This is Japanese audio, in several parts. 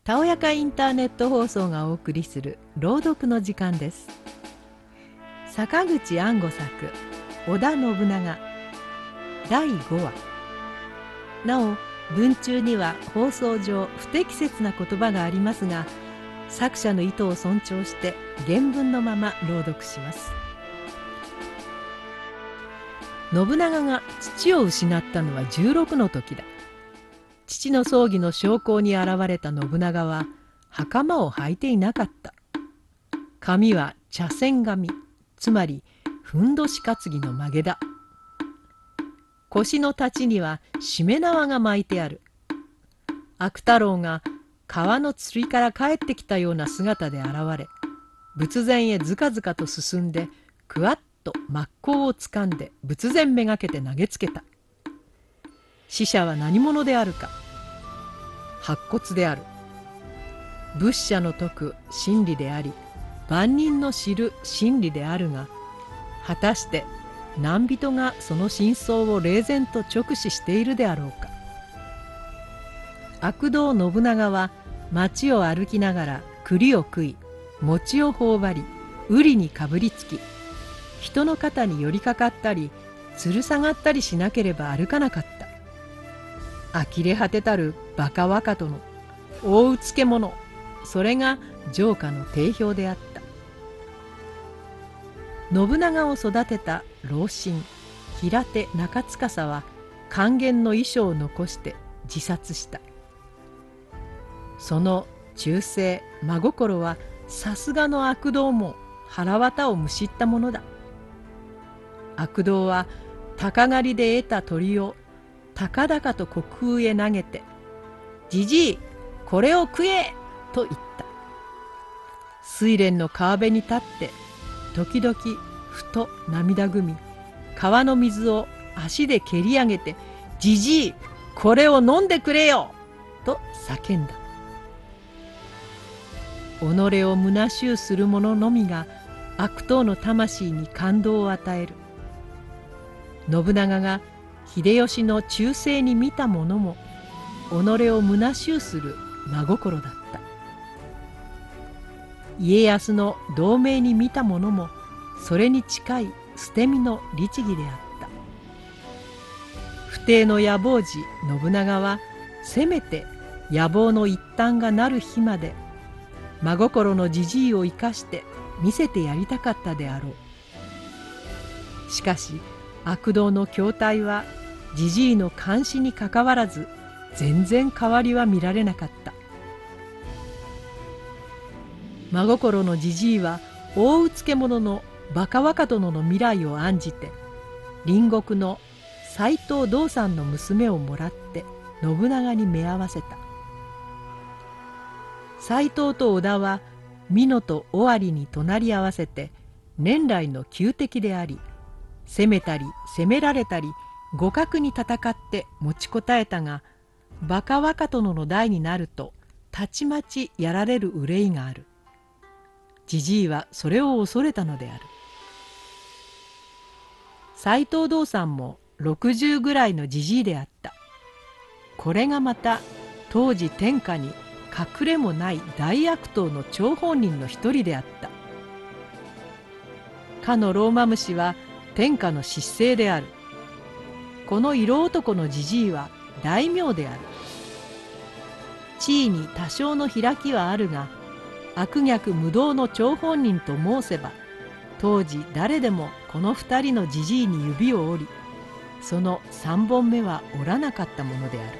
たおやかインターネット放送がお送りする朗読の時間です。坂口安吾作織田信長第5話。なお文中には放送上不適切な言葉がありますが、作者の意図を尊重して原文のまま朗読します。信長が父を失ったのは16の時だ。父の葬儀の焼香に現れた信長は袴を履いていなかった。髪は茶筅髪、つまりふんどし担ぎの曲げだ。腰の太刀にはしめ縄が巻いてある。悪太郎が川の釣りから帰ってきたような姿で現れ、仏前へずかずかと進んでくわっと真っ向をつかんで仏前めがけて投げつけた。死者は何者であるか。白骨である。仏者の説く真理であり、万人の知る真理であるが、果たして何人がその真相を冷然と直視しているであろうか。悪童信長は町を歩きながら栗を食い、餅を頬張り、瓜にかぶりつき、人の肩に寄りかかったり吊る下がったりしなければ歩かなかった。呆れ果てたるバカ若殿、大うつけ者、それが城下の定評であった。信長を育てた老臣平手中司は還元の遺書を残して自殺した。その忠誠真心はさすがの悪童も腹渡をむしったものだ。悪童は鷹狩りで得た鳥を高々と虚空へ投げて「じじい、これを食え!」と言った。睡蓮の川辺に立って時々ふと涙ぐみ、川の水を足で蹴り上げて「じじい、これを飲んでくれよ!」と叫んだ。己を虚しゅうする者のみが悪党の魂に感動を与える。信長が秀吉の忠誠に見たものも己を虚しゅうする真心だった。家康の同盟に見たものもそれに近い捨て身の律儀であった。不貞の野望児信長はせめて野望の一端がなる日まで真心のじじいを生かして見せてやりたかったであろう。しかし悪童の筐体はじじいの監視にかかわらず全然変わりは見られなかった。真心のじじいは大うつけ者のバカ若殿の未来を案じて隣国の斎藤道三の娘をもらって信長に目合わせた。斎藤と織田は美濃と尾張に隣り合わせて年来の旧敵であり、攻めたり攻められたり互角に戦って持ちこたえたが、バカ若殿の代になるとたちまちやられる憂いがある。じじいはそれを恐れたのである。斎藤道三も60ぐらいのじじいであった。これがまた当時天下に隠れもない大悪党の張本人の一人であった。かのローマ虫は天下の失勢である。この色男のじじいは大名である。地位に多少の開きはあるが、悪逆無道の張本人と申せば、当時誰でもこの2人のじじいに指を折り、その3本目は折らなかったものである。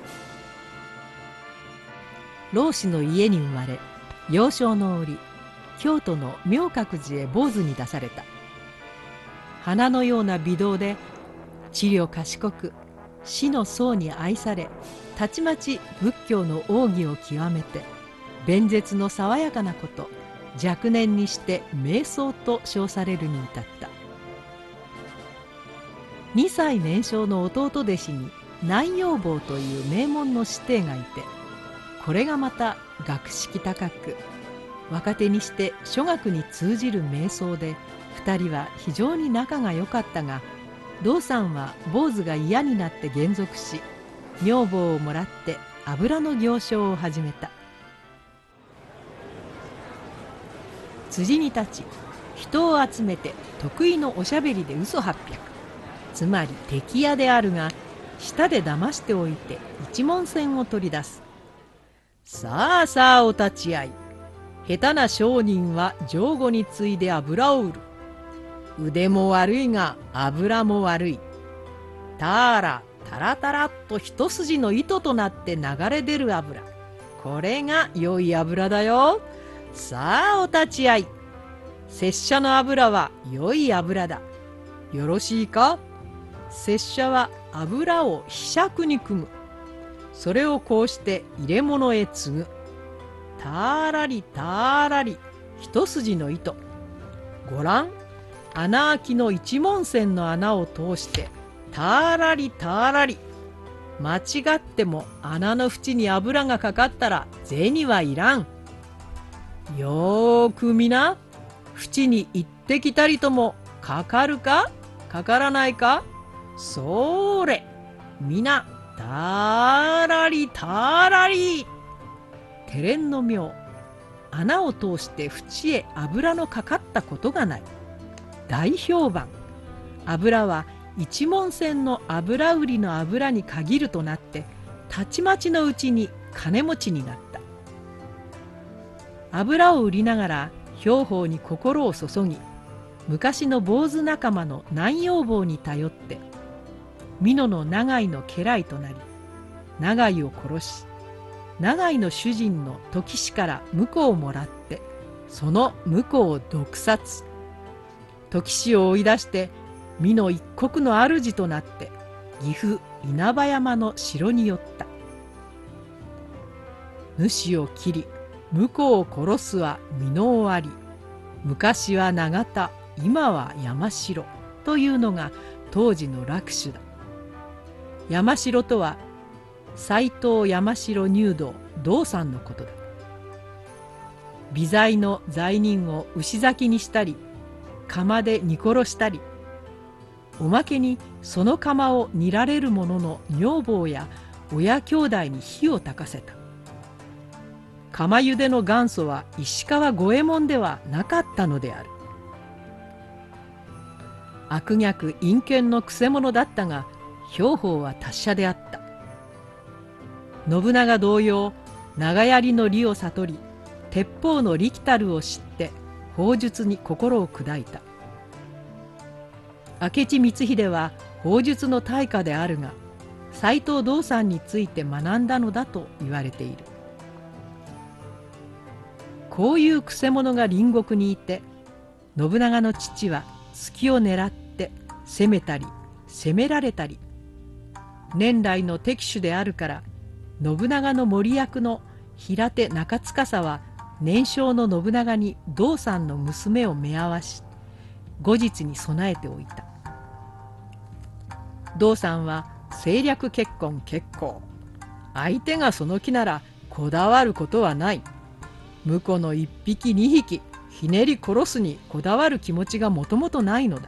老子の家に生まれ、幼少の折京都の明覚寺へ坊主に出された。花のような美貌で知慮賢く師の僧に愛され、たちまち仏教の奥義を極めて弁舌の爽やかなこと、若年にして瞑想と称されるに至った。2歳年少の弟弟子に南陽坊という名門の師弟がいて、これがまた学識高く若手にして諸学に通じる瞑想で、2人は非常に仲が良かったが、道三は坊主が嫌になって還俗し、女房をもらって油の行商を始めた。 辻に立ち、人を集めて得意のおしゃべりで嘘800、つまり敵屋であるが、舌で騙しておいて一文銭を取り出す。さあさあお立ち会い。下手な商人は上後についで油を売る。腕も悪いが油も悪い。たらたらたらっと一筋の糸となって流れ出る油。これが良い油だよ。さあお立ち会い。拙者の油は良い油だ。よろしいか。拙者は油をひしゃくに汲む。それをこうして入れ物へ継ぐ。たらりたらり、一筋の糸。ごらん、穴あきの一文銭の穴を通して、たらりたらり。間違っても穴の縁に油がかかったら銭はいらん。よーく見な。縁に一滴たりともかかるかかからないか。それ、みな、たらりたらり。手練の妙。穴を通して縁へ油のかかったことがない。大評判。油は一文銭の油売りの油に限るとなって、たちまちのうちに金持ちになった。油を売りながら兵法に心を注ぎ、昔の坊主仲間の南陽坊に頼って美濃の長井の家来となり、長井を殺し、長井の主人の時氏から婿をもらって、その婿を毒殺。時氏を追い出して美濃一国の主となって岐阜稲葉山の城に寄った。主を切り婿を殺すは美濃終わり。昔は長田、今は山城というのが当時の落首だ。山城とは斎藤山城入道道さんのことだ。微罪の罪人を牛崎にしたり、釜で煮殺したり、おまけにその釜を煮られる者の女房や親兄弟に火を焚かせた。釜茹での元祖は石川五右衛門ではなかったのである。悪逆陰険のくせ者だったが、兵法は達者であった。信長同様、長槍の利を悟り、鉄砲の利器たるを知って砲術に心を砕いた。明智光秀は砲術の大家であるが、斎藤道三について学んだのだと言われている。こういうくせ者が隣国にいて、信長の父は隙を狙って攻めたり攻められたり、年来の敵手であるから、信長の森役の平手中司は年少の信長に道三の娘をめあわし、後日に備えておいた。道三は政略結婚結構。相手がその気ならこだわることはない。婿の一匹二匹ひねり殺すにこだわる気持ちがもともとないのだ。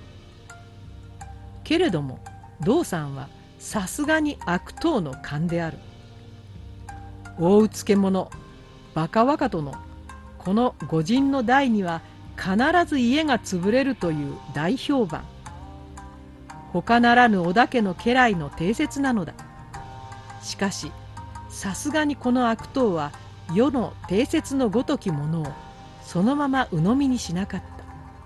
けれども道三はさすがに悪党の勘である。大うつけ者バカ若殿、この御仁の代には必ず家が潰れるという大評判。他ならぬ織田家の家来の定説なのだ。しかしさすがにこの悪党は世の定説のごときものをそのまま鵜呑みにしなかった。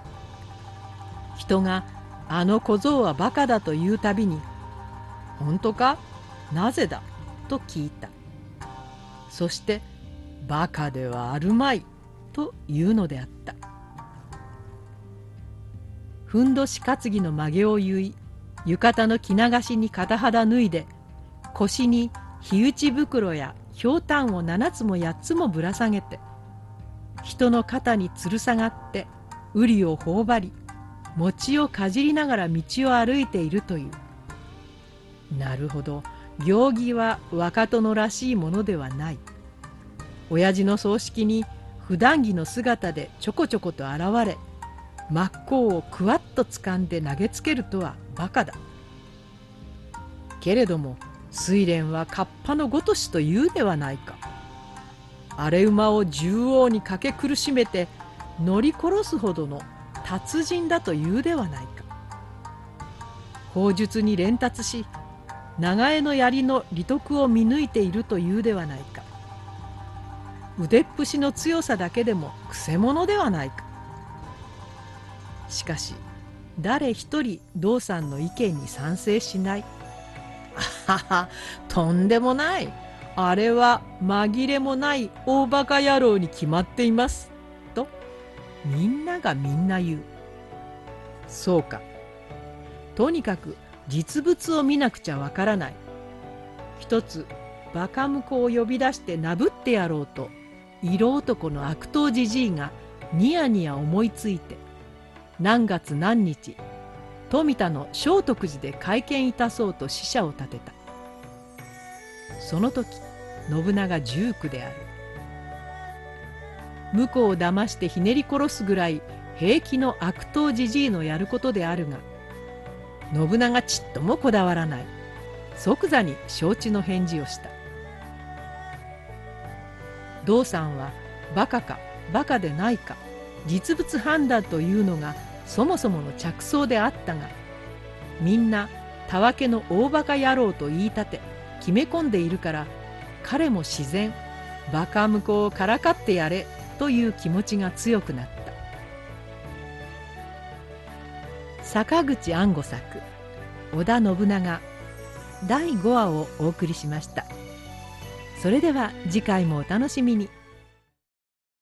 人があの小僧はバカだと言うたびに、本当か、なぜだと聞いた。そしてバカではあるまいと言うのであった。ふんどし担ぎの髷を結い、浴衣の着流しに片肌脱いで、腰に火打ち袋やひょうたんを7つも8つもぶら下げて、人の肩につる下がって瓜を頬張り、餅をかじりながら道を歩いているという。なるほど、行儀は若殿らしいものではない。親父の葬式に普段着の姿でちょこちょこと現れ、真っ向をくわっと掴んで投げつけるとはバカだ。けれども睡蓮はカッパのごとしというではないか。荒れ馬を縦横に駆け苦しめて乗り殺すほどの達人だというではないか。砲術に連達し、長江の槍の利得を見抜いているというではないか。腕っぷしの強さだけでもくせ者ではないか。しかし誰一人道さんの意見に賛成しない。あはは、とんでもない。あれは紛れもない大バカ野郎に決まっています。とみんながみんな言う。そうか。とにかく実物を見なくちゃわからない。一つバカ婿を呼び出してなぶってやろうと色男の悪党じじいがニヤニヤ思いついて、何月何日富田の聖徳寺で会見いたそうと使者を立てた。その時信長19である。婿を騙してひねり殺すぐらい平気の悪党じじいのやることであるが、信長ちっともこだわらない。即座に承知の返事をした。道さんはバカかバカでないか実物判断というのがそもそもの着想であったが、みんなたわけの大バカ野郎と言い立て決め込んでいるから、彼も自然バカ婿をからかってやれという気持ちが強くなった。坂口安吾作織田信長第5話をお送りしました。それでは次回もお楽しみに。